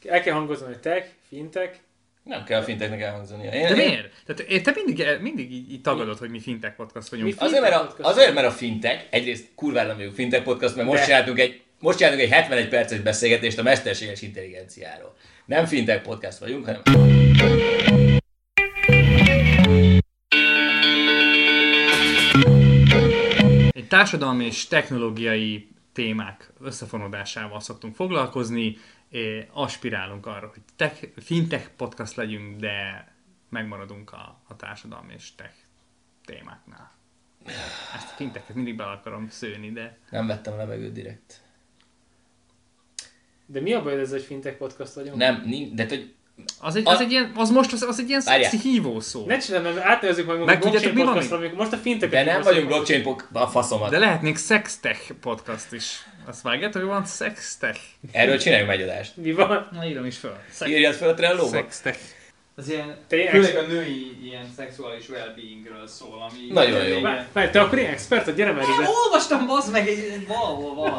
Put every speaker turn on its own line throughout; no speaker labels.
El kell hangozni, hogy tech, fintech.
Nem kell a finteknek elhangzania.
De miért? Tehát te mindig így tagadod, hogy mi fintech podcast vagyunk.
Azért, mert a fintek, egyrészt kurvára nem vagyunk fintech podcast, mert most csináltunk egy 71 perces beszélgetést a mesterséges intelligenciáról. Nem fintech podcast vagyunk, hanem...
Egy társadalmi és technológiai témák összefonódásával szoktunk foglalkozni, aspirálunk arra, hogy fintech podcast legyünk, de megmaradunk a társadalmi és tech témáknál. Ezt a fintechet mindig be akarom szőni, de...
Nem vettem a levegőt direkt.
De mi a baj, hogy ez egy fintech podcast vagyunk?
De hogy...
Az egy ilyen szexi hívószó.
Ne csinálj, mert átnevezzük meg
Meg
blockchain
tudjátok,
podcastra, amikor most a fintech.
De nem vagyunk blockchain a faszomat.
De lehetnénk sextech podcast is. Azt vágjátok, hogy van sextech?
Erről csináljunk egy adást.
Mi van?
Na írom is fel.
Írjad fel a Trello-ba.
Sextech.
Az ilyen,
Te
főleg a női ilyen szexuális well-beingről szól, ami...
Nagyon jó.
Várj, te akkor ilyen expert, gyere már ide.
Olvastam, bazd meg, valahol.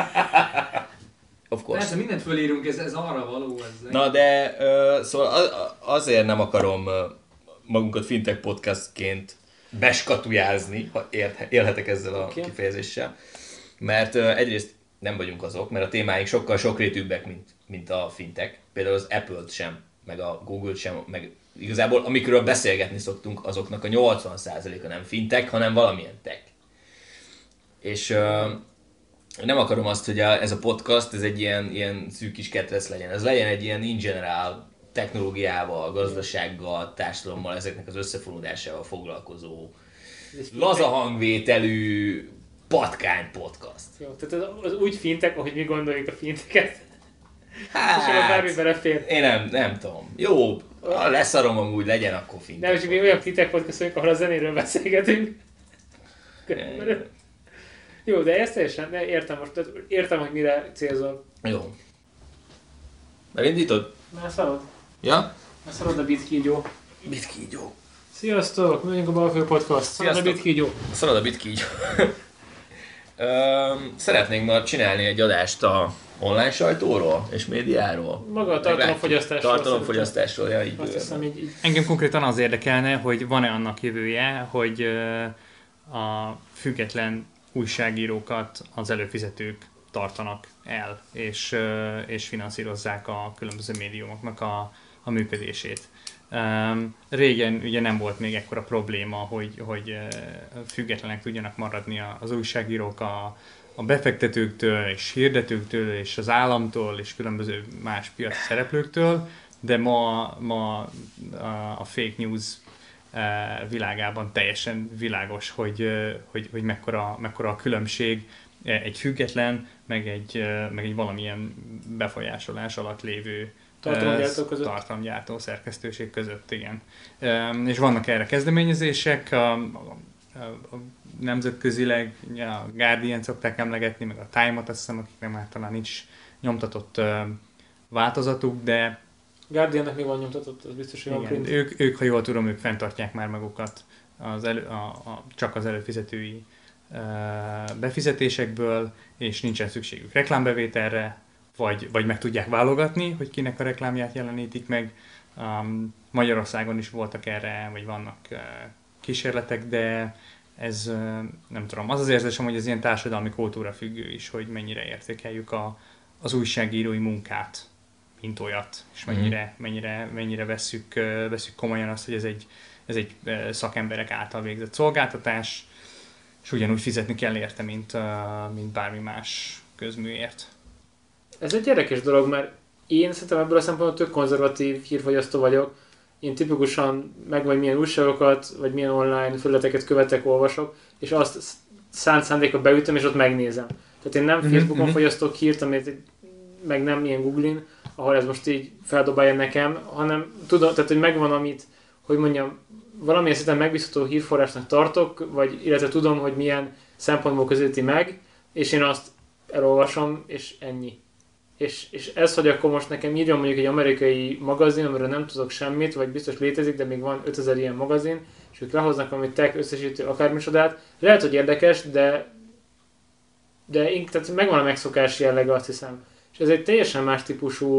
Of course.
Persze, mindent fölírunk, ez arra való. Ez
Na de, szóval azért nem akarom magunkat fintech podcastként beskatujázni, ha élhetek ezzel a kifejezéssel. Mert egyrészt nem vagyunk azok, mert a témáink sokkal sokrétűbbek, mint a fintech. Például az Apple-t sem, meg a Google-t sem, meg igazából amikről beszélgetni szoktunk, azoknak a 80%-a nem fintech, hanem valamilyen tech. És nem akarom azt, hogy ez a podcast ez egy ilyen szűk kis ketrec legyen. Ez legyen egy ilyen in general technológiával, gazdasággal, társadalommal, ezeknek az összefonódásával foglalkozó, laza hangvételű patkány podcast.
Jó, tehát az úgy fintech, ahogy mi gondoljuk a finteket.
Hát,
bármi belefér.
én nem tudom. Jó, ha leszarom amúgy, legyen akkor fintech.
Nem, csak mi olyan fintech podcast vagyunk, ahol a zenéről beszélgetünk. Jó, de ezt teljesen értem most, tehát értem, hogy mire célzol.
Jó. Elindítod?
Már szarod?
Ja?
Már szarod a bitkígyó.
Bitkígyó.
Sziasztok! Mi vagyunk a Balfő Podcast. Szarod a bitkígyó.
Szarad a bitkígyó. Szeretnénk ma csinálni egy adást a online sajtóról és médiáról.
Maga a tartalomfogyasztásról.
Tartalomfogyasztásról, ja, így.
Azt hiszem, így.
Engem konkrétan az érdekelne, hogy van-e annak jövője, hogy a független újságírókat az előfizetők tartanak el, és finanszírozzák a különböző médiumoknak a működését. Régen ugye nem volt még ekkora probléma, hogy függetlenek tudjanak maradni az újságírók a befektetőktől, és hirdetőktől, és az államtól, és különböző más piaci szereplőktől, de ma a fake news világában teljesen világos, hogy mekkora a különbség egy független, meg egy valamilyen befolyásolás alatt lévő tartalomgyártó szerkesztőség között, igen. És vannak erre kezdeményezések, a nemzetközileg a Guardian szokták emlegetni, meg a Time-ot, azt hiszem, akiknek már talán nincs nyomtatott változatuk, de
Guardiannek mi van nyomtatott, az biztos, hogy van print.
Ők, ha jól tudom, ők fenntartják már magukat csak az előfizetői befizetésekből, és nincsen szükségük reklámbevételre, vagy meg tudják válogatni, hogy kinek a reklámját jelenítik meg. Magyarországon is voltak erre, vagy vannak kísérletek, de ez nem tudom. Az érzésem, hogy ez ilyen társadalmi kultúra függő is, hogy mennyire értékeljük az újságírói munkát, mint olyat, és mennyire vesszük komolyan azt, hogy ez egy szakemberek által végzett szolgáltatás, és ugyanúgy fizetni kell érte, mint bármi más közműért.
Ez egy érdekes dolog, mert én szerintem ebből a szempontból tök konzervatív hírfogyasztó vagyok. Én tipikusan vagy milyen újságokat, vagy milyen online felületeket követek, olvasok, és azt szánt szándékot beütöm, és ott megnézem. Tehát én nem Facebookon fogyasztok hírt, meg nem ilyen Google-in, ahol ez most így feldobálja nekem, hanem tudom, tehát hogy megvan, amit, hogy mondjam, valamilyen szinten megbízható hírforrásnak tartok, illetve tudom, hogy milyen szempontból közelíti meg, és én azt elolvasom, és ennyi. És ez, hogy akkor most nekem írjon mondjuk egy amerikai magazin, amiről nem tudok semmit, vagy biztos létezik, de még van 5000 ilyen magazin, és ők lehoznak valami tech összesítő akármicsodát, lehet, hogy érdekes, de tehát megvan a megszokás jellege, azt hiszem. És ez egy teljesen más típusú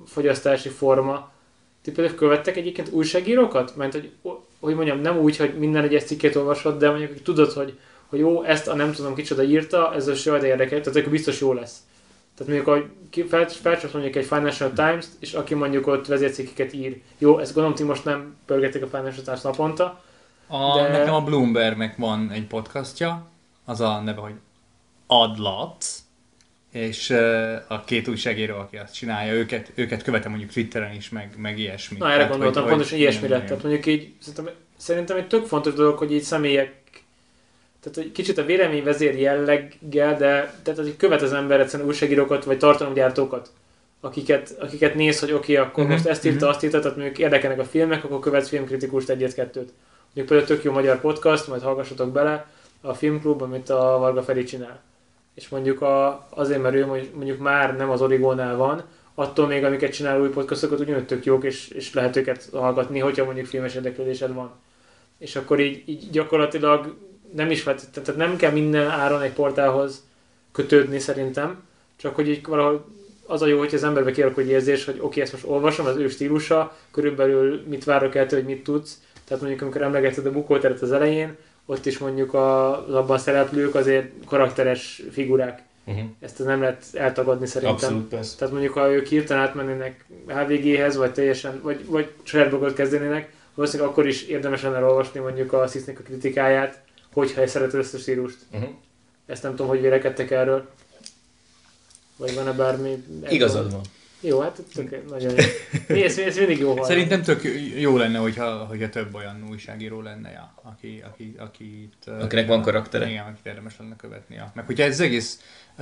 fogyasztási forma. Ti például követtek egyébként újságírókat? Mert hogy mondjam, nem úgy, hogy minden egyes cikket olvasod, de mondjuk hogy tudod, hogy jó, ezt a nem tudom kicsoda írta, ez a jaj, de érdekel, tehát akkor biztos jó lesz. Tehát mondjuk, hogy felcsapsz mondjuk egy Financial Times-t, és aki mondjuk ott vezércikkeket ír. Jó, ezt gondolom, ti most nem pörgetik a Financial Times naponta. De...
Nekem a Bloombergnek van egy podcastja, az a neve, hogy Adlat, és a két újságíró, aki azt csinálja, őket követem mondjuk Twitteren is, meg ilyesmi.
Na, erre gondoltam, pontosan ilyesmi lett. Tehát mondjuk így, szerintem egy tök fontos dolog, hogy így személyek, tehát hogy kicsit a véleményvezér jelleggel, de tehát hogy követ az ember egyszerűen újságírókat, vagy tartalomgyártókat, akiket néz, hogy oké, akkor most ezt írta, azt írta, tehát mondjuk érdekelnek a filmek, akkor követsz filmkritikust egyet-kettőt. Mondjuk például tök jó magyar podcast, majd hallgassatok bele, a Filmklub, amit a Varga Feri csinál. És mondjuk azért, mert ő mondjuk már nem az Origónál van, attól még amiket csinál új podcastokat ugyanúgy tök jók, és lehet őket hallgatni, hogyha mondjuk filmes érdeklődésed van. És akkor így gyakorlatilag nem is tehát nem kell minden áron egy portálhoz kötődni szerintem, csak hogy így valahol az a jó, hogy az emberbe kialakul egy érzés, hogy oké, ezt most olvasom, az ő stílusa, körülbelül mit várok el, hogy mit tudsz. Tehát mondjuk amikor emlegetted a bukóteret az elején, ott is mondjuk az abban szereplők azért karakteres figurák. Ezt nem lehet eltagadni szerintem.
Abszolút, persze.
Tehát mondjuk ha ők hirtelen átmennének HVG-hez, vagy teljesen, vagy saját blogot kezdenének, valószínűleg akkor is érdemes lenne olvasni mondjuk a Szisznek a kritikáját, hogyha szereted ezt a stílust. Ezt nem tudom, hogy vélekedtek erről. Vagy van-e bármi...
Igazad van.
Jó, hát nagyon jó. Ez mindig jó hallani.
Szerintem tök jó lenne, hogyha több olyan újságíró lenne, ja,
akinek van karaktere.
Igen, akit érdemes lenne követnia. Meg hogyha ez egész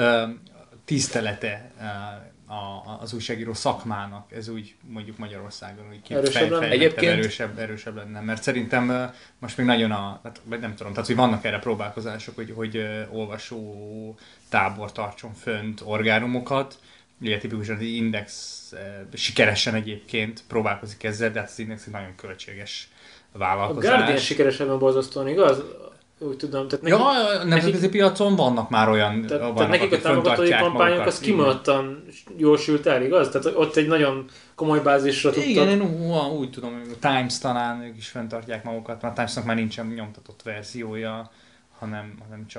tisztelete az újságíró szakmának, ez úgy mondjuk Magyarországon úgy erősebb lenne, mert szerintem most még nagyon nem tudom, tehát hogy vannak erre próbálkozások, hogy olvasó tábor tartson fönt orgánumokat. Ugye tipikusan az Index sikeresen egyébként próbálkozik ezzel, de hát az Index egy nagyon költséges vállalkozás.
A Guardian sikeresebben borzasztóan, igaz? Úgy tudom.
Tehát nemzetközi piacon vannak már olyan,
tehát nekik a támogatói kampányok az kimondottan jól sült el, igaz? Tehát ott egy nagyon komoly bázisra tudtak.
Igen, én úgy tudom, hogy a Times talán ők is fenntartják magukat, mert a Timesnak már nincsen nyomtatott verziója, hanem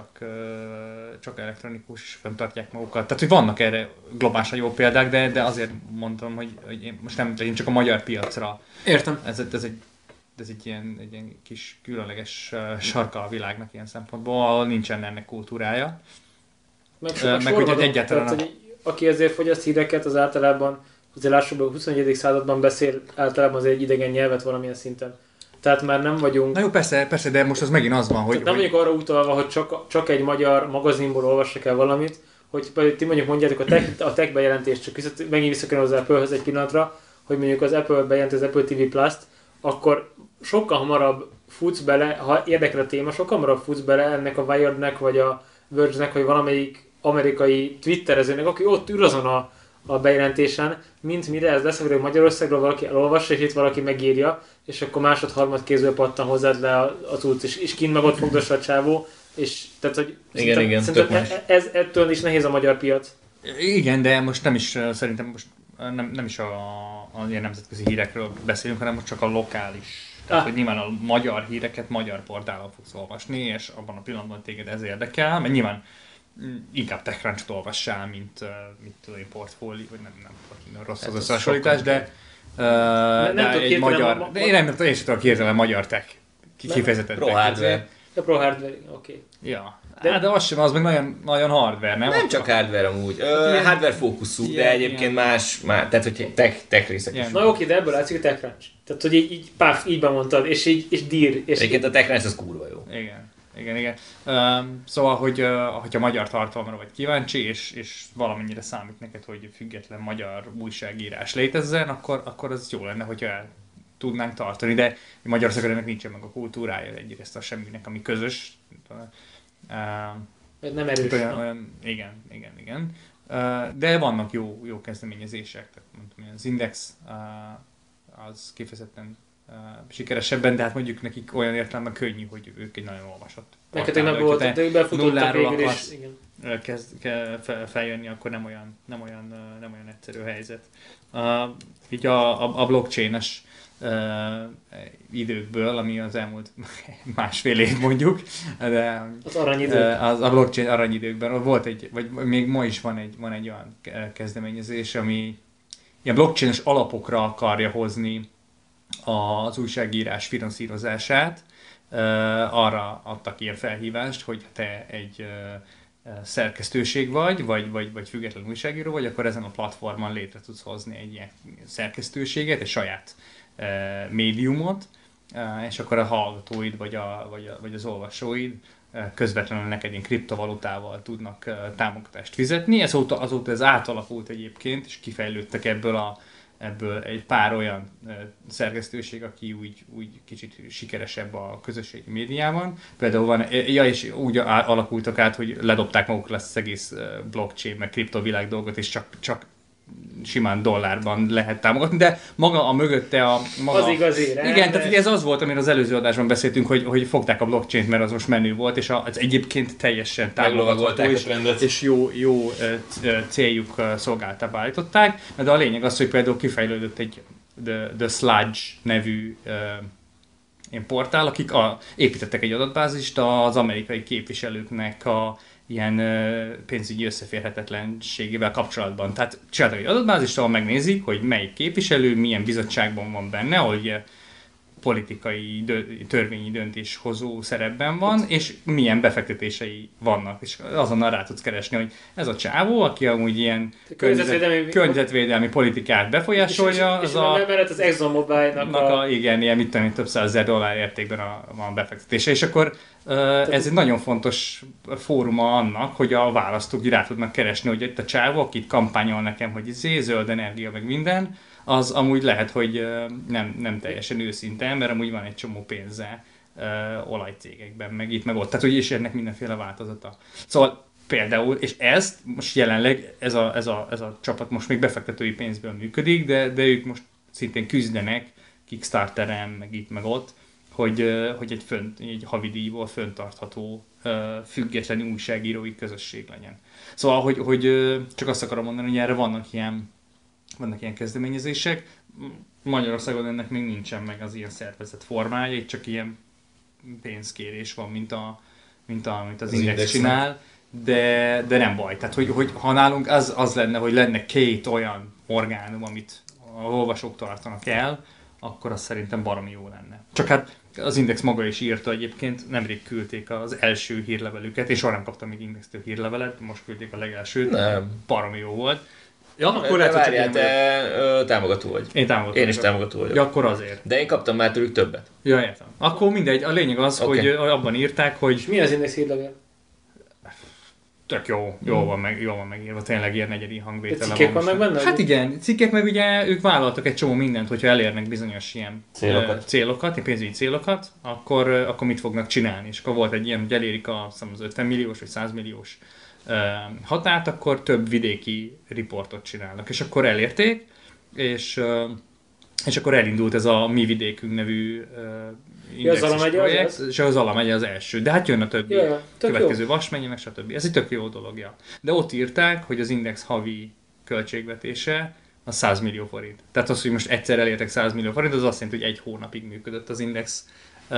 csak elektronikus, és fenntartják magukat. Tehát, hogy vannak erre globálisan jó példák, de azért mondtam, hogy én most nem csak a magyar piacra.
Értem.
Ez egy ilyen kis különleges sarka a világnak ilyen szempontból, ahol nincsen ennek kultúrája.
Meg hogy egyáltalán... Tehát, hogy aki ezért fogyaszt híreket, az általában, azért lássuk, a 21. században beszél általában azért egy idegen nyelvet valamilyen szinten. Tehát már nem vagyunk...
Na jó, persze, de most az megint az van, hogy...
Nem vagyunk arra utalva, hogy csak egy magyar magazinból olvassak el valamit, hogy ti mondjuk mondjátok a tech bejelentést, csak megint visszakerül az Apple-höz egy pillanatra, hogy mondjuk az Apple bejelenti az Apple TV Plus-t, akkor sokkal hamarabb futsz bele, ha érdekel a téma, sokkal hamarabb futsz bele ennek a Wired-nek, vagy a Verge-nek, vagy valamelyik amerikai twitterezőnek, aki ott ül azon a bejelentésen, mint mire ez lesz, hogy Magyarországról valaki elolvassa, és itt valaki megírja, és akkor másod-harmad kézből pattan hozzád le a cucc, és kint meg ott fogdossa a csávó, és tehát, hogy
igen,
szerintem ettől is nehéz a magyar piac.
Igen, de most nem is, szerintem most nem is a ilyen nemzetközi hírekről beszélünk, hanem most csak a lokális. Tehát, hogy nyilván a magyar híreket magyar portálon fogsz olvasni, és abban a pillanatban téged ez érdekel, mert nyilván inkább TechCrunch-t olvassál, mint tudom én, portfólió, vagy nem rossz az összehasonlítás, de egy magyar, de én sem tudok hirtelen magyar tech kifejezetten.
Pro hardware.
Pro hardware, oké.
Ja. De az sem, az meg nagyon, nagyon hardware, nem?
Nem csak hardware amúgy. Hardware fókuszú, de egyébként más, tehát hogy tech részek is.
Na oké, de ebből látszik a TechCrunch. Tehát, hogy így így bemondtad, és dír.
Egyébként a TechCrunch az kurva jó.
Igen. Szóval, hogyha magyar tartalomra vagy kíváncsi, és valamennyire számít neked, hogy független magyar újságírás létezzen, akkor az jó lenne, hogyha el tudnánk tartani, de Magyarországon ennek nincsen meg a kultúrája egyrészt a semminek, ami közös.
Nem erős.
Igen. De vannak jó kezdeményezések, tehát mondtam, az Index az kifejezetten sikeresebben, de hát mondjuk nekik olyan értelemben könnyű, hogy ők egy nagyon olvasott.
Neked nem volt, de befutottak végül is.
Feljönni, akkor nem olyan egyszerű helyzet. Így a blockchain-es időkből, ami az elmúlt másfél év mondjuk, de
az aranyidők.
A blockchain aranyidőkben volt vagy még ma is van egy olyan kezdeményezés, ami ilyen blockchain-es alapokra akarja hozni az újságírás finanszírozását. Arra adtak ilyen felhívást, hogy te egy szerkesztőség vagy független újságíró vagy, akkor ezen a platformon létre tudsz hozni egy ilyen szerkesztőséget, egy saját médiumot, és akkor a hallgatóid vagy az olvasóid közvetlenül neked ilyen kriptovalutával tudnak támogatást fizetni. Azóta ez átalakult egyébként, és kifejlődtek ebből egy pár olyan szerkesztőség, aki úgy kicsit sikeresebb a közösségi médiában. Például és úgy alakultak át, hogy ledobták magukra ezt az egész blockchain, meg kriptovilág dolgot, és csak simán dollárban lehet támogatni, de maga a mögötte
az igazi
rendes. Igen, tehát ez az volt, amiről az előző adásban beszéltünk, hogy fogták a blockchain-t, mert az most menő volt, és az egyébként teljesen támogatható és jó céljuk szolgáltába állították, de a lényeg az, hogy például kifejlődött egy The Sludge nevű ilyen portál, akik építettek egy adatbázist az amerikai képviselőknek ilyen pénzügyi összeférhetetlenségével kapcsolatban. Tehát csináltak egy adatbázist, ahol megnézik, hogy melyik képviselő milyen bizottságban van benne, ahol ugye politikai, törvényi döntéshozó szerepben van, és milyen befektetései vannak. És azonnal rá tudsz keresni, hogy ez a csávó, aki amúgy ilyen környezetvédelmi politikát befolyásolja.
És mellett az ExxonMobil-nak
igen, ilyen mit tudom, több $100,000 értékben van befektetése. És akkor ez egy nagyon fontos fóruma annak, hogy a választók rá tudnak keresni, hogy itt a csávó, akit kampányol nekem, hogy zöld energia, meg minden, az amúgy lehet, hogy nem teljesen őszinte, mert amúgy van egy csomó pénze olajcégekben, meg itt, meg ott. Tehát, hogy is ennek mindenféle változata. Szóval például, és ezt most jelenleg ez a csapat most még befektetői pénzből működik, de ők most szintén küzdenek Kickstarteren, meg itt, meg ott, hogy egy havidíjból föntartható, független újságírói közösség legyen. Szóval, hogy csak azt akarom mondani, hogy erre vannak ilyen kezdeményezések. Magyarországon ennek még nincsen meg az ilyen szervezett formája, itt csak ilyen pénzkérés van, mint az Index csinál, de nem baj. Tehát, hogy ha nálunk az lenne, hogy lenne két olyan orgánum, amit a olvasók tartanak el, akkor az szerintem baromi jó lenne. Csak hát az Index maga is írta egyébként, nemrég küldték az első hírlevelüket, és soha nem kaptam még Indextől hírlevelet, most küldték a legelsőt, baromi jó volt. Ja, akkor lehet,
várjál, te támogató vagy. Én is támogató vagyok.
Ja, akkor azért.
De én kaptam már tőlük többet.
Ja, értem. Akkor mindegy, a lényeg az, hogy abban írták, hogy...
És mi az Index hírlevél?
Tök jó, jól van megírva, tényleg ilyen negyedi hangvétele van.
Cikkek vannak benne?
Hát igen, cikkek meg ugye ők vállaltak egy csomó mindent, hogyha elérnek bizonyos ilyen célokat, pénzügyi célokat, akkor mit fognak csinálni. És akkor volt egy ilyen, hogy elérik az 50 milliós vagy 100 milliós határt, akkor több vidéki riportot csinálnak. És akkor elérték, és akkor elindult ez a Mi Vidékünk nevű indexes projekt, és az Alamegye az első. De hát jön a többi, következő Vasmegye, meg stb. Ez egy tök jó dologja. De ott írták, hogy az Index havi költségvetése az 100 millió forint. Tehát az, hogy most egyszer elértek 100 millió forint, az azt jelenti, hogy egy hónapig működött az Index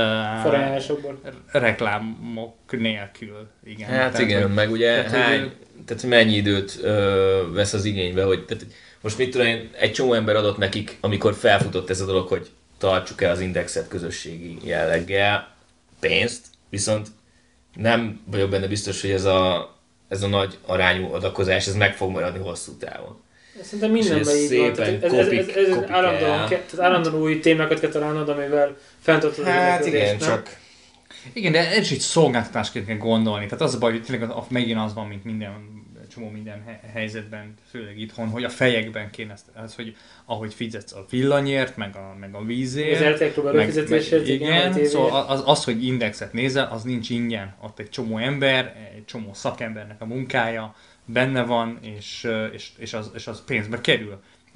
reklámok nélkül. Igen.
Hát tehát, igen, meg ugye tehát mennyi időt vesz az igénybe, hogy tehát, most mit tudom én, egy csomó ember adott nekik, amikor felfutott ez a dolog, hogy tartsuk el az Indexet közösségi jelleggel pénzt, viszont nem vagyok benne biztos, hogy ez a nagy arányú adakozás, ez meg fog maradni hosszú távon.
Szerintem mindenben így van. Tehát állandóan új témákat kell találnod, amivel fenntartod az
igen, csak...
Igen, de ez is egy szolgáltatásként kell gondolni. Tehát az a baj, hogy tényleg megint az van, mint csomó minden helyzetben, főleg itthon, hogy a fejekben kéne az, hogy ahogy fizetsz a villanyért, meg a vízért,
az RTL Klub előfizetésért,
igen, szóval az, hogy Indexet nézel, az nincs ingyen. Ott egy csomó ember, egy csomó szakembernek a munkája benne van, és az pénzbe kerül.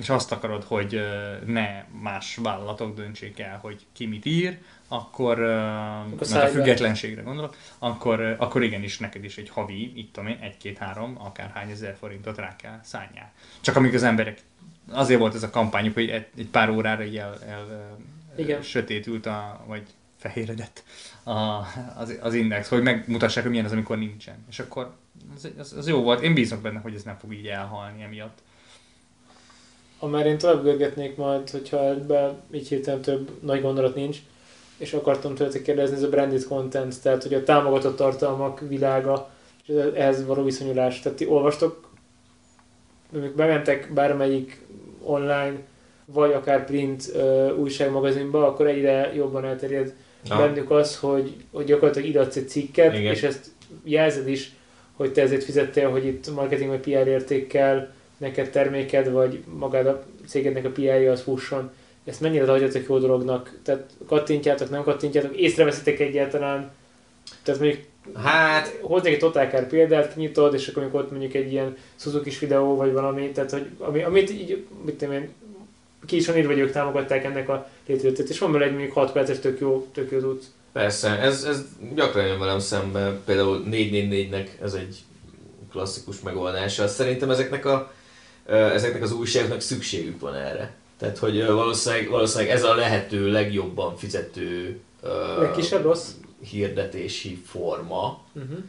és azt akarod, hogy ne más vállalatok döntsék el, hogy ki mit ír, akkor mert a függetlenségre gondolok, akkor igenis neked is egy havi, itt tudom én, 1-2-3, akárhány ezer forintot rá kell szálljál. Csak amíg az emberek, azért volt ez a kampányuk, hogy egy pár órára így sötétült, vagy fehéredett az index, hogy megmutassák, hogy milyen az, amikor nincsen. És akkor az jó volt. Én bízok benne, hogy ez nem fog így elhalni emiatt.
Amár én tovább görgetnék majd, hogyha ebben így hirtelen több nagy gondolat nincs, és akartam tőletek kérdezni, ez a branded content, tehát hogy a támogatott tartalmak világa, és ehhez való viszonyulás. Tehát ti olvastok, amikor bementek bármelyik online, vagy akár print újságmagazinba, akkor egyre jobban elterjed bennük az, hogy gyakorlatilag ide adsz egy cikket, igen. És ezt jelzed is, hogy te ezért fizettél, hogy itt marketing vagy PR értékkel neked terméked, vagy magád a cégednek a PR-ja az fusson. Ezt mennyire hagyjatok jó dolognak? Tehát kattintjátok, nem kattintjátok, észreveszitek egyáltalán? Tehát mondjuk hoznék egy totálkár példát, kinyitod, és akkor ott mondjuk egy ilyen Suzuki-s videó, vagy valami, tehát hogy amit így, mit tudom én, ki is van írva, hogy ők támogatták ennek a létrejöttét, és van belőle egy mondjuk 6 perces tök jó tudsz.
Persze, ez gyakran jön velem szembe, például 444-nek ez egy klasszikus megoldása. Szerintem ezeknek az újságoknak szükségük van erre. Tehát, hogy valószínűleg ez a lehető legjobban fizető
legkisebb rossz
hirdetési forma.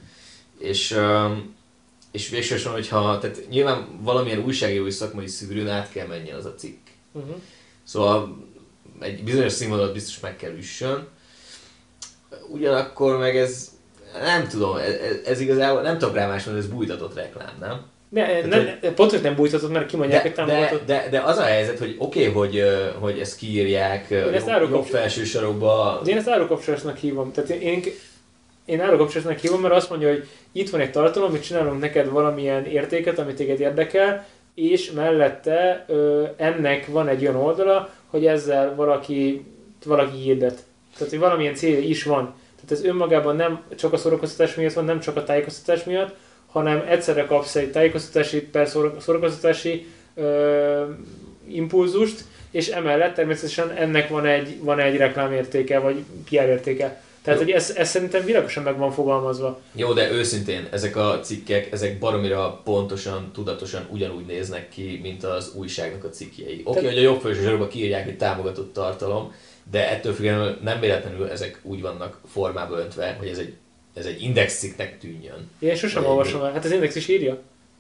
És végsősorban, hogyha, tehát nyilván valamilyen újságírói szakmai szűrőn át kell menjen az a cikk. Szóval egy bizonyos színvonalat biztos meg kell üssön. Ugyanakkor meg ez, nem tudom, ez igazából, nem tudok rá más mondani, ez bújtatott reklám, nem?
Pont, hogy nem bújtatott, mert kimondják, hogy támogatott.
De az a helyzet, hogy oké, hogy ezt kiírják jobb felső sarokba.
Én ezt árukapcsolásnak hívom. Tehát én árukapcsolásnak hívom, mert azt mondja, hogy itt van egy tartalom, amit csinálunk neked valamilyen értéket, amit téged érdekel, és mellette ennek van egy olyan oldala, hogy ezzel valaki hirdet. Tehát, hogy valamilyen célja is van. Tehát ez önmagában nem csak a szórakoztatás miatt van, nem csak a tájékoztatás miatt, hanem egyszerre kapsz egy tájékoztatási per szórakoztatási impulzust, és emellett természetesen ennek van egy reklámértéke, vagy PR értéke. Tehát, hogy ez szerintem világosan meg van fogalmazva.
Jó, de őszintén, ezek a cikkek, ezek baromira pontosan, tudatosan ugyanúgy néznek ki, mint az újságnak a cikkjei. Oké, hogy a jobb felső sarokba kiírják, hogy támogatott tartalom, de ettől függetlenül nem véletlenül ezek úgy vannak formába öntve, hogy ez egy index cikknek tűnjön.
Én sosem olvasom el, hát az index is írja.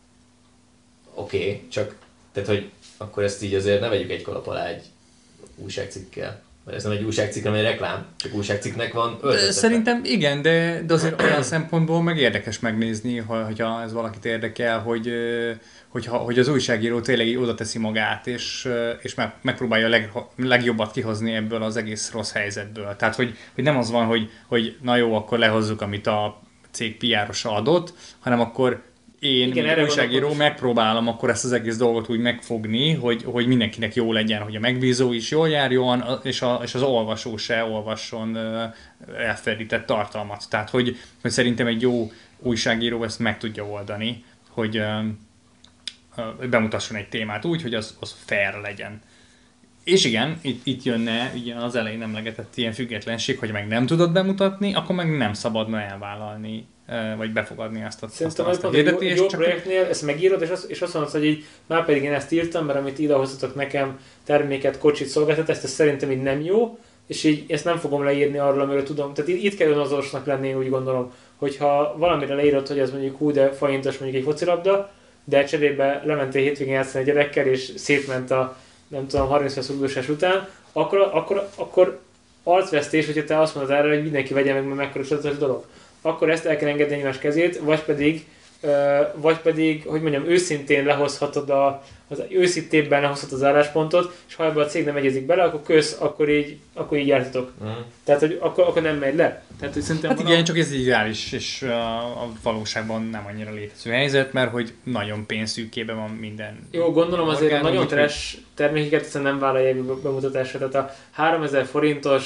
Oké, csak, tehát hogy akkor ezt így azért ne vegyük egy kalap alá egy újságcikkel. Mert ez nem egy újságcikk, hanem egy reklám, csak újságcikknek van öltözetre.
Szerintem igen, de azért olyan szempontból meg érdekes megnézni, hogyha ez valakit érdekel, hogy az újságíró tényleg oda teszi magát, és megpróbálja a legjobbat kihozni ebből az egész rossz helyzetből. Tehát, hogy nem az van, hogy na jó, akkor lehozzuk, amit a cég PR-osa adott, hanem akkor én, mint újságíró, megpróbálom akkor ezt az egész dolgot úgy megfogni, hogy mindenkinek jó legyen, hogy a megbízó is jól járjon, és az olvasó se olvasson elferdített tartalmat. Tehát, hogy szerintem egy jó újságíró ezt meg tudja oldani, hogy bemutasson egy témát úgy, hogy az fair legyen. És igen, itt jönne ugye az elején emlegetett ilyen függetlenség, hogy meg nem tudod bemutatni, akkor meg nem szabadna elvállalni, vagy befogadni ezt a
hirdetést. Jó projektnél ezt megírod, és azt mondod, hogy így, már pedig én ezt írtam, mert amit idehoztatok nekem terméket, kocsit, szolgáltatást, ez szerintem így nem jó, és így ezt nem fogom leírni arról, amiről tudom. Tehát itt kell önazonosnak lenni, én úgy gondolom, hogyha valamire leírod, hogy az mondjuk hú, de faintos mondjuk egy focilabda, de cserébe lementél hétvégén játszani a gyerekkel, és szétment a nem tudom, 30 perc rúgdósás után, akkor arcvesztés, hogyha te azt mondod erre, hogy mindenki vegye meg, mert mekkora csodatos dolog. Akkor ezt el kell engedni egymás kezét, vagy pedig, hogy mondjam, őszintén lehozhatod őszintébben lehozhatod az álláspontot, és ha ebben a cég nem egyezik bele, akkor így jártatok. Tehát, hogy akkor nem megy le. Tehát, hogy
hát igen, csak ez ideális, és a valóságban nem annyira létező helyzet, mert hogy nagyon pénzszűkében van minden.
Jó, gondolom azért a nagyon trash termékeket nem vállalják bemutatásra. Tehát a 3000 forintos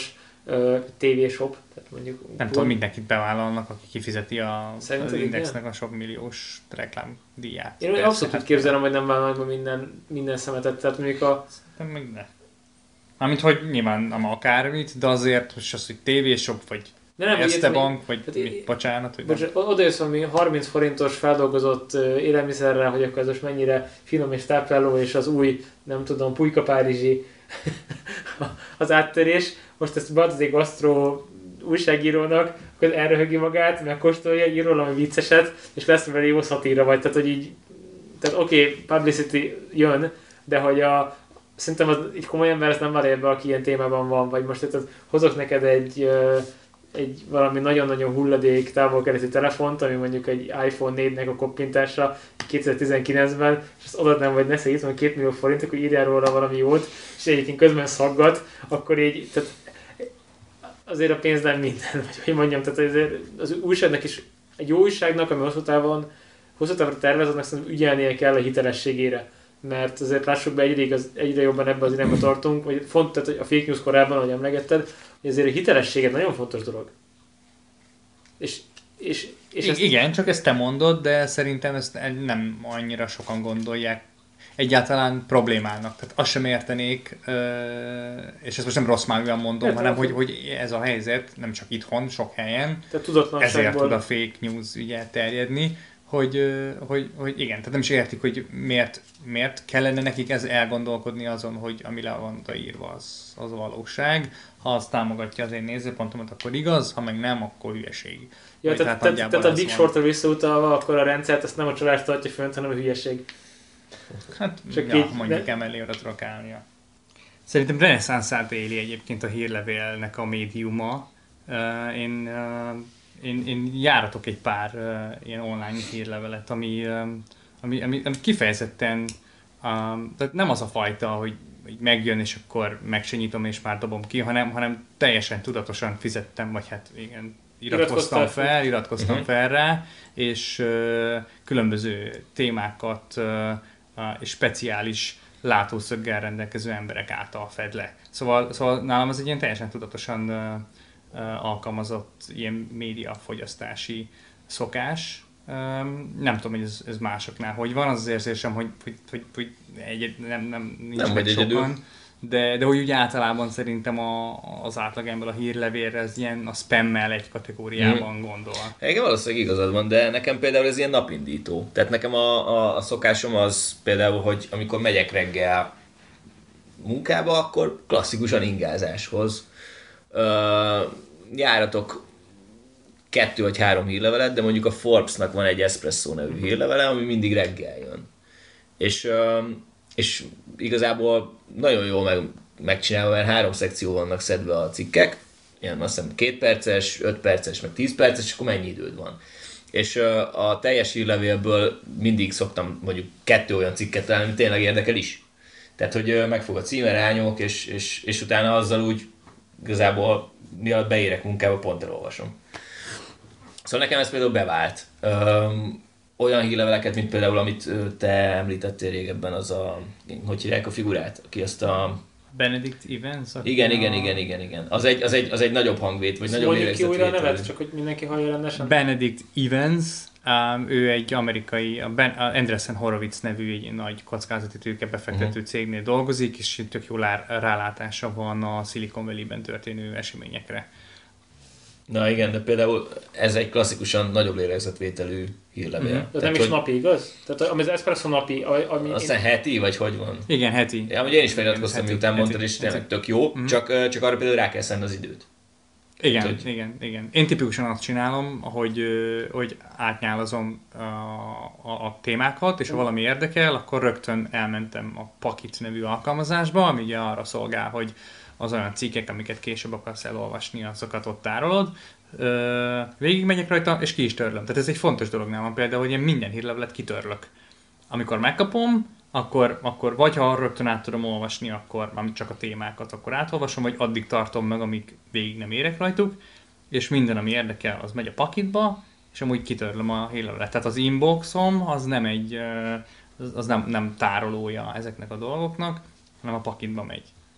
TV-shop, tehát mondjuk...
Nem tudom, mindenkit bevállalnak, aki kifizeti az Indexnek
igen?
a sok milliós reklámdíját.
Én abszolút úgy képzelem, hogy nem vállalnak be minden szemetet, tehát mondjuk
nem még ne. Mármint, hogy nyilván nem akármit, de azért most az, hogy TV-shop, vagy Erste Bank, vagy mit, bocsánat, hogy
oda jössz valami 30 forintos feldolgozott élelmiszerrel, hogy akkor ez most mennyire finom és tápláló, és az új, nem tudom, pulyka párizsi az áttörés. Most ezt beadod gasztró újságírónak, akkor elröhögi magát, megkóstolja, ír róla vicceset, és lesz vele jó szatíra vagy. Tehát, hogy így, tehát oké, publicity jön, de hogy szerintem az így komoly ember ezt nem várja be, aki ilyen témában van, vagy most tehát hozok neked egy valami nagyon-nagyon hulladék távol-keleti telefont, ami mondjuk egy iPhone 4-nek a koppintása 2019-ben, és azt odaadnám, vagy ne szegít, hogy 2 millió forint, akkor írjál róla valami jót, és egyébként közben szaggat, akkor így, tehát azért a pénz nem minden, vagy hogy mondjam, tehát azért az újságnak is, egy jó újságnak, ami hosszú távra tervez, annak szerintem ügyelnie kell a hitelességére. Mert azért lássuk be, egyre jobban ebben az irányba tartunk, vagy tehát a fake news korában, ahogy emlegetted, hogy azért a hitelességet nagyon fontos dolog. És
igen, csak ezt te mondod, de szerintem ezt nem annyira sokan gondolják egyáltalán problémának. Tehát azt sem értenék, és ezt most nem rossz mágúan mondom, hanem hogy ez a helyzet nem csak itthon, sok helyen, ezért tud a fake news ugye terjedni, hogy igen, tehát nem is értik, hogy miért kellene nekik ez elgondolkodni azon, hogy ami le van írva, az a valóság. Ha az támogatja az én nézőpontomat, akkor igaz, ha meg nem, akkor hülyeség.
Ja, tehát a Big Short-ra visszautalva, akkor a rendszert ezt nem a csalás tartja fönt, hanem a hülyeség.
Hát, csak ja, mondjuk emellé oda tudok állni. Szerintem reneszánszát éli egyébként a hírlevélnek a médiuma. Én járatok egy pár ilyen online hírlevelet, ami kifejezetten, tehát nem az a fajta, hogy megjön és akkor meg se nyitom és már dobom ki, hanem teljesen tudatosan fizettem, vagy hát igen, iratkoztam fel rá, és különböző témákat és speciális látószöggel rendelkező emberek által fed le. Szóval nálam ez egy ilyen teljesen tudatosan alkalmazott ilyen médiafogyasztási szokás. Nem tudom, hogy ez másoknál hogy van, az érzésem, hogy nincs meg sokan. De hogy úgy általában szerintem az átlagember a hírlevélre ez ilyen a spammel egy kategóriában gondol.
Igen, valószínűleg igazad van, de nekem például ez ilyen napindító. Tehát nekem a szokásom az például, hogy amikor megyek reggel munkába, akkor klasszikusan ingázáshoz járatok 2 vagy 3 hírlevelet, de mondjuk a Forbesnak van egy Espresso nevű hírlevele, ami mindig reggel jön. És igazából nagyon jól megcsinálva, mert 3 szekció vannak szedve a cikkek, ilyen azt hiszem 2 perces, 5 perces, meg 10 perces, és akkor mennyi időd van. És a teljes hírlevélből mindig szoktam mondjuk 2 olyan cikket találni, ami tényleg érdekel is. Tehát, hogy megfog a címerányok, és utána azzal úgy igazából mielőtt beérek munkába, pont elolvasom. Szóval nekem ez például bevált. Olyan hírleveleket, mint például, amit te említettél régebben, az a, hogy hívják a figurát, aki azt a...
Benedict Evans?
Igen. Az egy nagyobb hangvét, vagy nagyobb
lélegzetvétel. Mondjuk ki újra nevet, csak hogy mindenki hallja rendesen.
Benedict Evans, ő egy amerikai, Andreessen Horowitz nevű egy nagy kockázati tőkebefektető cégnél dolgozik, és tök jó rálátása van a Silicon Valley-ben történő eseményekre.
Na igen, de például ez egy klasszikusan nagyobb lélegzetvételű hírlevél.
De nem is napi, igaz? Tehát az Espresso napi, ami...
Aztán heti, vagy hogy van?
Igen, heti.
Ja, ugye én is feliratkoztam, miután mondtad, és tényleg tök jó, csak arra például rá kell szenni az időt.
Igen. Én tipikusan azt csinálom, hogy átnyálazom a témákat, és ha valami érdekel, akkor rögtön elmentem a Pakit nevű alkalmazásba, ami ugye arra szolgál, hogy az olyan cikkek, amiket később akarsz elolvasni, azokat ott tárolod. Végigmegyek rajta, és ki is törlöm. Tehát ez egy fontos dolog nálam például, hogy én minden hírlevelet kitörlök. Amikor megkapom, akkor vagy ha rögtön át tudom olvasni, akkor csak a témákat, akkor átolvasom, vagy addig tartom meg, amíg végig nem érek rajtuk, és minden, ami érdekel, az megy a pakitba, és amúgy kitörlöm a hírlevelet. Tehát az inboxom az nem tárolója ezeknek a dolgoknak, hanem a pakitba megy.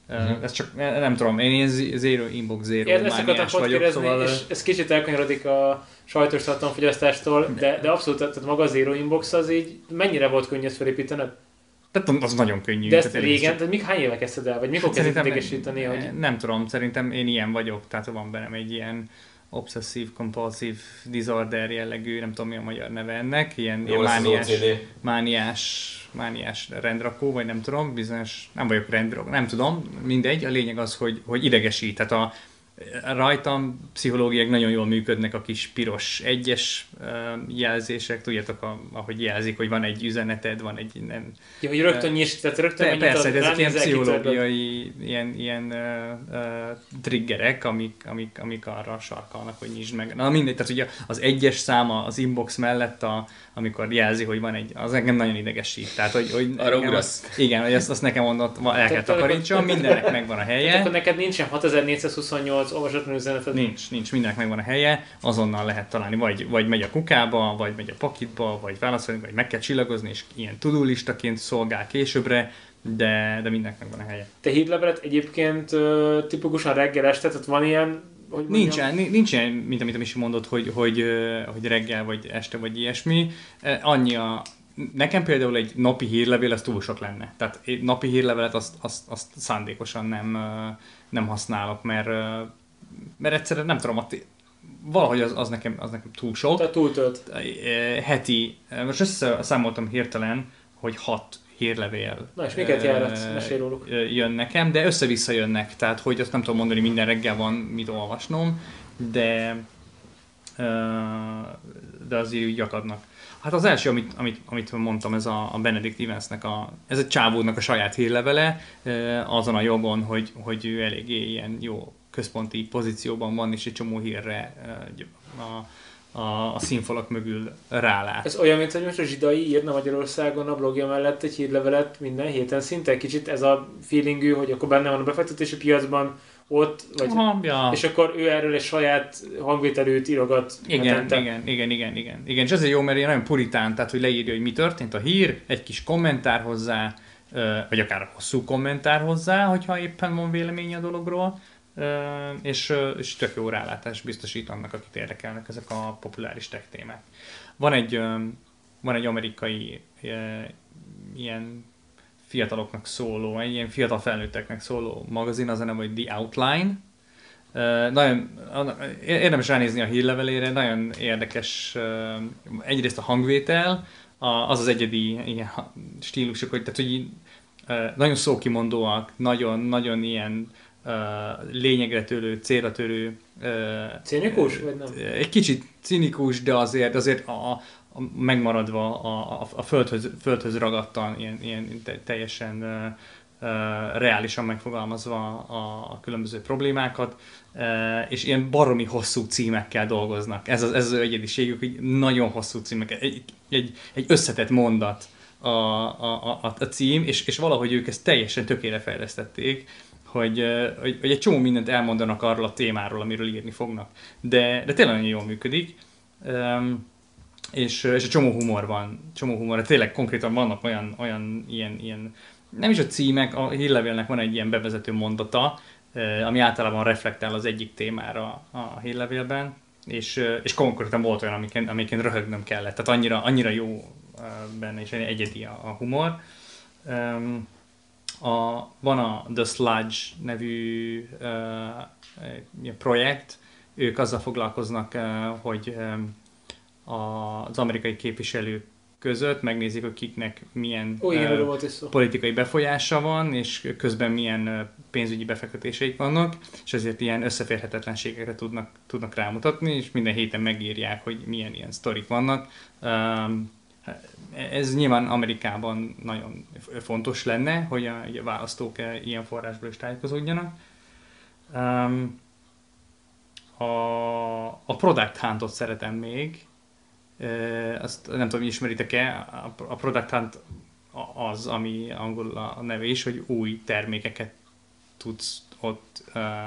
Ez csak, nem tudom, én ilyen zero inbox, zero
mániás
vagyok, szóval...
És ez kicsit elkanyarodik a sajtos tartalomfogyasztástól, de abszolút, tehát maga a zero inbox az így mennyire volt könnyű ezt felépítened?
Tehát az nagyon könnyű.
De ezt régen, tehát még hány éve kezdted el? Vagy mikor kezdted idegesíteni? Hogy...
Nem tudom, szerintem én ilyen vagyok, tehát van bennem egy ilyen obsessive-compulsive disorder jellegű, nem tudom mi a magyar neve ennek, ilyen mániás rendrakó, vagy nem tudom, bizonyos, nem vagyok rendrakó, nem tudom, mindegy, a lényeg az, hogy idegesít, tehát rajtam pszichológiák nagyon jól működnek a kis piros egyes jelzések, tudjátok, ahogy jelzik, hogy van egy üzeneted, van egy... Nem,
ja, hogy rögtön nyisd, tehát rögtön
megnyitod. Persze, ezek ilyen pszichológiai ilyen triggerek, amik arra sarkalnak, hogy nyisd meg. Na mindegy, tehát ugye az egyes száma az inbox mellett, amikor jelzi, hogy van egy, az engem nagyon idegesít. Tehát, hogy
arra ugrasz.
Igen, hogy azt nekem mondott, el kell takarítsam, mindennek megvan a helye.
Tehát akkor neked nincsen 6428 olvasatlan üzeneted?
Nincs, mindennek megvan a helye, azonnal lehet találni, vagy megy a kukába, vagy megy a pakitba, vagy válaszolni, vagy meg kell csillagozni, és ilyen to-do listaként szolgál későbbre, de mindennek megvan a helye.
Te hírlevelet egyébként tipikusan reggel este, tehát van ilyen, hogy
nincs ilyen, mint amit is mondott, hogy reggel, vagy este, vagy ilyesmi. Nekem például egy napi hírlevél az túl sok lenne. Tehát egy napi hírlevelet azt szándékosan nem használok, mert egyszerűen nem tudom, valahogy az nekem túl sok.
Tehát túltölt.
Heti, most összeszámoltam hirtelen, hogy 6 hírlevél.
Na és miket járat? Mesélj róluk.
Jön nekem, de össze-vissza jönnek, tehát hogy azt nem tudom mondani, minden reggel van mit olvasnom, de azért úgy akadnak. Hát az első, amit mondtam, ez a Benedict Evansnek, ez egy csávódnak a saját hírlevele, azon a jogon, hogy ő eléggé ilyen jó központi pozícióban van, és egy csomó hírre a színfalak mögül rálát.
Ez olyan, mint hogy most a Zsidai írna Magyarországon a blogja mellett egy hírlevelet minden héten szinte. Kicsit ez a feelingű, hogy akkor benne van a befektetési piacban, ott, vagy,
ja.
És akkor ő erről egy saját hangvételűt írogat.
Igen. És ezért jó, mert ilyen nagyon puritán, tehát hogy leírja, hogy mi történt a hír, egy kis kommentár hozzá, vagy akár hosszú kommentár hozzá, hogyha éppen van véleménye a dologról, és tök jó rálátást biztosít annak, akit érdekelnek ezek a populáris tech témák. Van egy amerikai ilyen fiataloknak szóló, egy ilyen fiatal felnőtteknek szóló magazin, az a neve, hogy The Outline. Nagyon érdemes ránézni a hírlevelére, nagyon érdekes egyrészt a hangvétel, az egyedi ilyen stílusok, hogy, tehát, hogy nagyon szókimondóak, nagyon ilyen lényegre törő, célra törő.
Cinikus, vagy nem?
Egy kicsit cinikus, de azért megmaradva a földhöz ragadtan, ilyen teljesen reálisan megfogalmazva a különböző problémákat, és ilyen baromi hosszú címekkel dolgoznak. Ez az egyediségük, hogy nagyon hosszú címek, egy összetett mondat a cím, és valahogy ők ezt teljesen tökére fejlesztették, hogy egy csomó mindent elmondanak arról a témáról, amiről írni fognak. De tényleg nagyon jól működik. És egy csomó humor van. Tényleg konkrétan vannak olyan ilyen, nem is a címek, a hírlevélnek van egy ilyen bevezető mondata, ami általában reflektál az egyik témára a hírlevélben, és konkrétan volt olyan, amiken röhögnöm kellett. Tehát annyira jó benne, és egyedi a humor. Van a The Sludge nevű projekt, ők azzal foglalkoznak, hogy az amerikai képviselők között megnézik, hogy kiknek milyen politikai befolyása van, és közben milyen pénzügyi befektetéseik vannak, és ezért ilyen összeférhetetlenségekre tudnak rámutatni, és minden héten megírják, hogy milyen ilyen sztorik vannak. Ez nyilván Amerikában nagyon fontos lenne, hogy a választók ilyen forrásból is tájékozódjanak. A Product Huntot szeretem még. Azt nem tudom, ismeritek-e, a Product Hunt az, ami angol a neve is, hogy új termékeket tudsz ott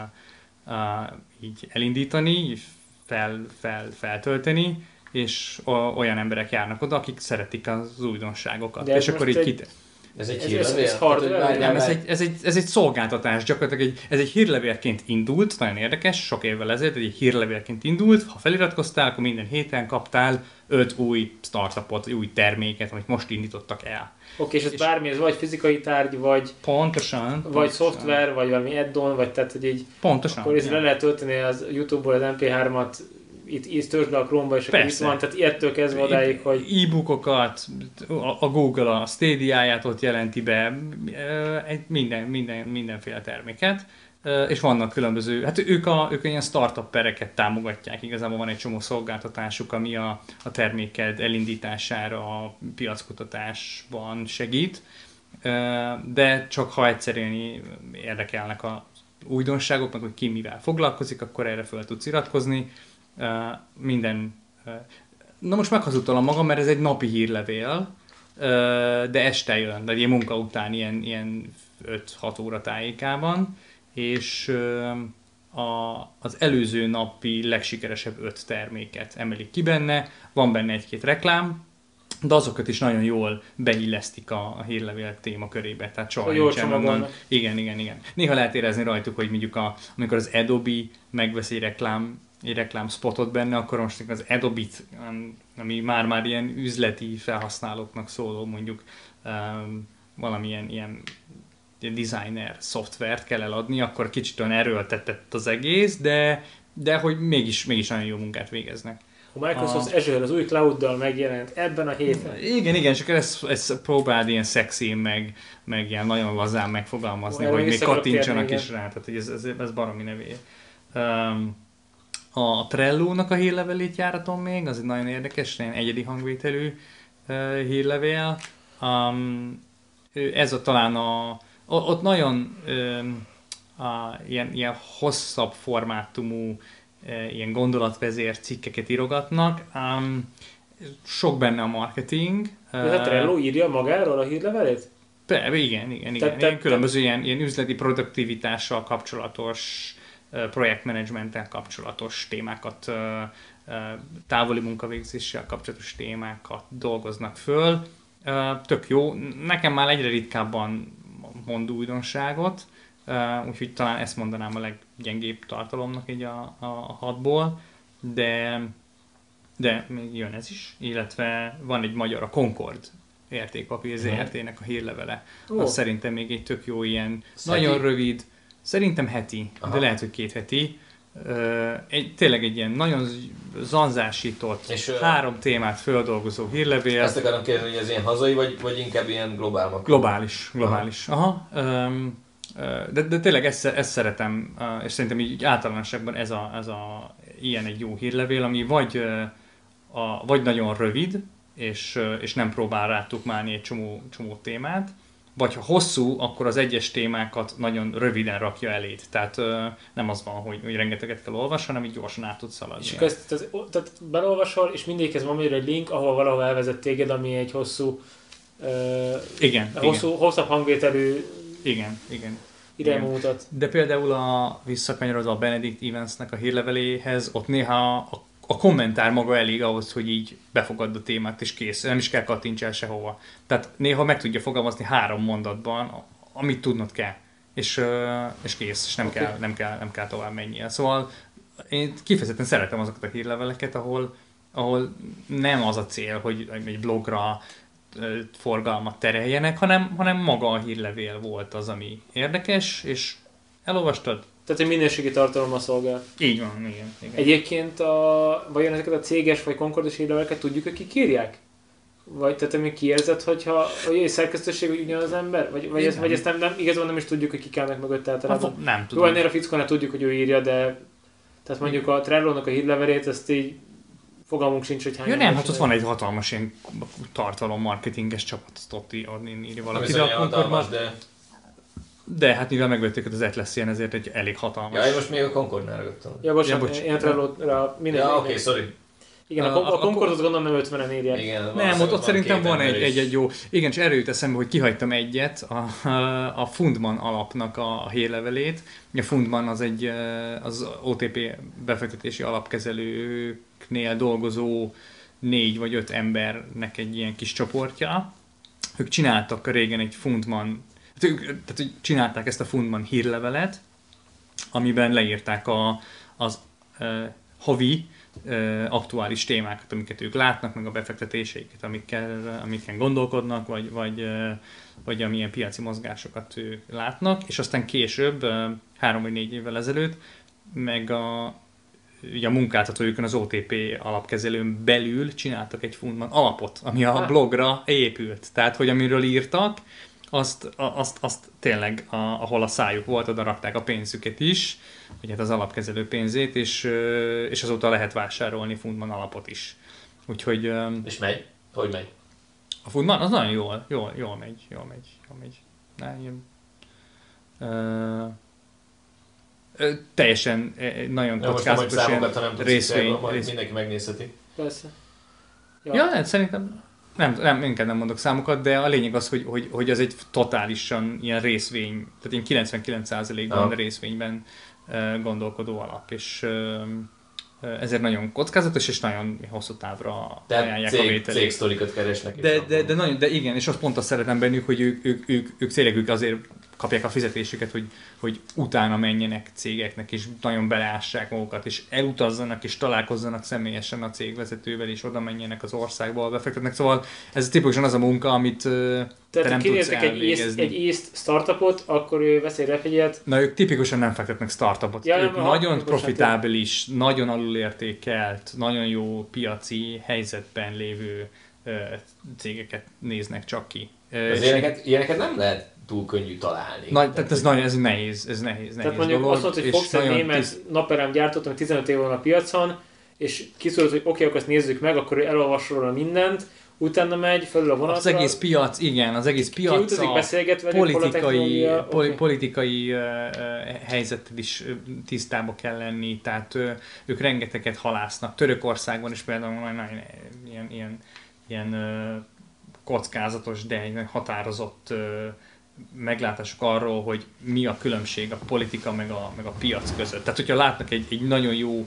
így elindítani, feltölteni, és olyan emberek járnak oda, akik szeretik az újdonságokat.
De és akkor így
Ez egy
Ez
hírlevél?
hardware?
Nem, ez egy szolgáltatás, gyakorlatilag ez egy hírlevélként indult, nagyon érdekes, sok évvel ezelőtt egy hírlevélként indult, ha feliratkoztál, akkor minden héten kaptál 5 új startupot, új terméket, amit most indítottak el.
Oké, és ez bármi, ez vagy fizikai tárgy, vagy
Pontosan.
szoftver, vagy valami add-on, vagy tehát, hogy így
Pontosan.
akkor le lehet tölteni az YouTube-ból az MP3-at, itt töltsd be a Chrome-ba, és akkor itt van, tehát ilyettől kezdve odáig, hogy...
E-bookokat, a Google a Stadia-ját ott jelenti be, mindenféle terméket, és vannak különböző, hát ők ilyen startup pereket támogatják, igazából van egy csomó szolgáltatásuk, ami a terméked elindítására, a piackutatásban segít, de csak ha egyszerűen érdekelnek a újdonságok, meg hogy ki mivel foglalkozik, akkor erre fel tudsz iratkozni. Na most meghazudtolom magam, mert ez egy napi hírlevél, de este jön, de ilyen munka után ilyen 5-6 óra tájékában, és az előző napi legsikeresebb 5 terméket emelik ki benne, van benne egy-két reklám, de azokat is nagyon jól beillesztik a hírlevél témakörébe, tehát soha nincsen onnan. Igen. Néha lehet érezni rajtuk, hogy mondjuk amikor az Adobe megvesz egy reklám spotot benne, akkor most az Adobe-t, ami már ilyen üzleti felhasználóknak szóló, mondjuk valamilyen ilyen designer szoftvert kell eladni, akkor kicsit olyan erőltetett az egész, de hogy mégis nagyon jó munkát végeznek.
A Microsoft Azure az új clouddal megjelent ebben a héten.
Igen, csak ezt próbáld ilyen szexi, meg ilyen nagyon lazán megfogalmazni, hogy még kattintsanak is rá, tehát ez baromi nevé. A Trello-nak a hírlevelét járatom még, az egy nagyon érdekes, ilyen egyedi hangvételű hírlevél. Ez talán ott nagyon ilyen hosszabb formátumú ilyen gondolatvezér cikkeket írogatnak. Sok benne a marketing.
Ez a Trello írja magáról a hírlevelét?
Igen. Különböző ilyen üzleti produktivitással kapcsolatos, projektmenedzsmenttel kapcsolatos témákat, távoli munkavégzéssel kapcsolatos témákat dolgoznak föl. Tök jó. Nekem már egyre ritkábban mond újdonságot, úgyhogy talán ezt mondanám a leggyengébb tartalomnak így a 6-ból, de még jön ez is, illetve van egy magyar, a Concord értékpapír ZRT-nek a hírlevele. Az szerintem még egy tök jó ilyen, nagyon rövid, szerintem heti, de lehet, hogy 2 heti. Tényleg egy ilyen nagyon zanzásított, és 3 témát földolgozó hírlevél.
Ezt akarom kérdezni, hogy ez ilyen hazai, vagy inkább ilyen globál?
Globális. Aha. De tényleg ezt szeretem, és szerintem így általánosságban ez ilyen egy jó hírlevél, ami vagy nagyon rövid, és nem próbál rátukmálni egy csomó témát, vagy ha hosszú, akkor az egyes témákat nagyon röviden rakja eléd. Tehát nem az van, hogy rengeteget kell olvasni, hanem így gyorsan át tudsz szaladni.
És tehát belolvasol, és mindegyikhez van egy link, ahol valahol elvezet téged, ami egy hosszú, hosszabb hangvételű irányba mutat.
De például visszakanyarodva a Benedict Evansnek a hírleveléhez, ott néha a kommentár maga elég ahhoz, hogy így befogadd a témát, és kész. Nem is kell kattintsál sehova. Tehát néha meg tudja fogalmazni 3 mondatban, amit tudnod kell. És kész, és nem kell tovább mennie. Szóval én kifejezetten szeretem azokat a hírleveleket, ahol nem az a cél, hogy egy blogra forgalmat tereljenek, hanem maga a hírlevél volt az, ami érdekes, és elolvastad.
Tehát egy minőségi tartalommal szolgál.
Így van, igen.
Egyébként vajon ezeket a céges vagy konkordos hírleveleket tudjuk, hogy kik írják? Vagy tehát még kiérzed, hogy egy szerkesztőség hogy ugyanaz ember? Vagy ezt nem igazából nem is tudjuk, hogy kik állnak mögött általában?
Nem tudom.
Jó, ennél a fickónál tudjuk, hogy ő írja, de tehát mondjuk a Trello-nak a hírlevelét, ezt így fogalmunk sincs, hogy hány.
Nem, hát ott van egy hatalmas ilyen tartalom-marketinges csapat, azt ott írja valaki. De hát mivel megvették az Atlassian, ezért egy elég hatalmas.
Ja, most még a Concordnál rögtön.
Ja, bocsánat, én Trello-ra minden.
Ja, oké, sorry.
Igen, a Concordot gondolom nem 50-en írják.
Igen,
nem, ott szerintem van egy jó. Igen, és erről jut eszembe, hogy kihagytam egyet, a Fundman alapnak a hírlevelét. A Fundman az OTP befektetési alapkezelőknél dolgozó 4 vagy 5 embernek egy ilyen kis csoportja, ők csináltak régen egy Fundman, tehát csinálták ezt a Fundman hírlevelet, amiben leírták az havi aktuális témákat, amiket ők látnak, meg a befektetéseiket, amiken gondolkodnak, vagy amilyen piaci mozgásokat ők látnak, és aztán később, 3 vagy 4 évvel ezelőtt, meg ugye a munkáltatójukon az OTP alapkezelőn belül csináltak egy Fundman alapot, ami a blogra épült. Tehát, hogy amiről írtak, azt tényleg, ahol a szájuk volt, oda rakták a pénzüket is, vagy hát az alapkezelő pénzét, és azóta lehet vásárolni Fundman alapot is. Úgyhogy...
És megy? Hogy megy?
A Fundman az nagyon jól megy. Teljesen nagyon kockázatos ilyen részvény.
Mindenki megnézheti.
Persze.
Ja, hát szerintem inkább nem mondok számokat, de a lényeg az, hogy az egy totálisan ilyen részvény, tehát ilyen 99%-ban részvényben gondolkodó alap, és ezért nagyon kockázatos, és nagyon hosszú távra ajánlják a vételét.
Cégsztorikat keresnek.
De igen, és azt pont azt szeretem bennük, hogy ők cégek azért kapják a fizetésüket, hogy utána menjenek cégeknek, és nagyon beleássák magukat, és elutazzanak, és találkozzanak személyesen a cégvezetővel, és oda menjenek az országba, befektetnek. Szóval ez tipikusan az a munka, amit te nem tudsz elvégezni.
egy észt startupot, akkor ő vesz egy repjegyet.
Na, ők tipikusan nem fektetnek startupot.
Ja,
ők nagyon profitábilis, nagyon alulértékelt, nagyon jó piaci helyzetben lévő cégeket néznek csak ki.
Ilyeneket nem lehet túl könnyű találni.
Tehát ez nehéz
Tehát mondjuk
dolog,
azt mondod, hogy fogsz egy német naperem gyártót, ami 15 év van a piacon, és kiszólod, hogy oké, akkor azt nézzük meg, akkor ő elolvasol róla mindent, utána megy, felül a vonatra.
Az egész piac, igen, az egész piac politikai helyzettel is tisztába kell lenni, tehát ők rengeteget halásznak. Törökországban is például nagyon ilyen kockázatos, de egy határozott meglátások arról, hogy mi a különbség a politika meg a piac között. Tehát, hogyha látnak egy nagyon jó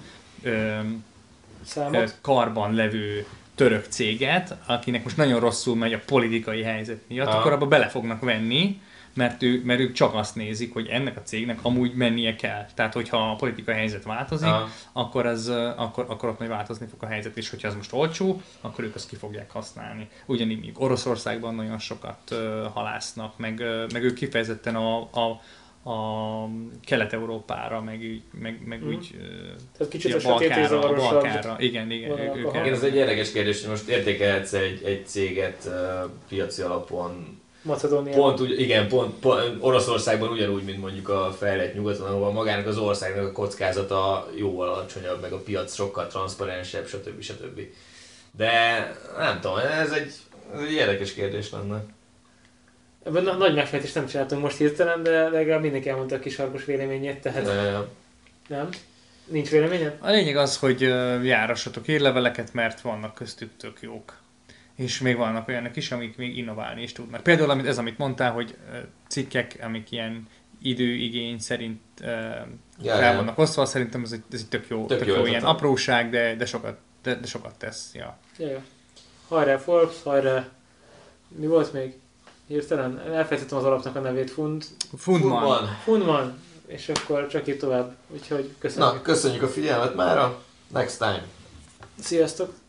karban levő török céget, akinek most nagyon rosszul megy a politikai helyzet miatt, akkor abba bele fognak venni, mert ők csak azt nézik, hogy ennek a cégnek amúgy mennie kell. Tehát, hogyha a politikai helyzet változik, akkor ott majd változni fog a helyzet, és hogyha ez most olcsó, akkor ők azt ki fogják használni. Ugyanígy még Oroszországban nagyon sokat halásznak, meg ők kifejezetten a Kelet-Európára, meg úgy
tehát kicsit a Balkánra.
Igen.
Ez egy érdekes kérdés, hogy most értékelhetsz egy céget piaci alapon.
Macedóniában.
Pont Oroszországban ugyanúgy, mint mondjuk a fejlett nyugaton, ahol magának az országnak a kockázata jóval alacsonyabb, meg a piac sokkal transzparensebb, stb. De nem tudom, ez egy érdekes kérdés lenne.
Ebben nagy megfejtést nem csináltunk most hirtelen, de legalább mindenki elmondta a kis harcos véleményét, tehát nem? Nincs véleményed?
A lényeg az, hogy járassatok hírleveleket, mert vannak köztük tök jók. És még vannak olyanok is, amik még innoválni is tudnak. Például amit mondtál, hogy cikkek, amik ilyen időigény szerint rá vannak osztva, szerintem ez egy tök jó ilyen apróság, de sokat tesz. Ja.
Hajrá Forbes, hajrá... Mi volt még? Hirtelen elfelejtettem az alapnak a nevét, Fundman. És akkor csak itt tovább. Úgyhogy köszönjük.
Na, köszönjük a figyelmet mára. Next time.
Sziasztok!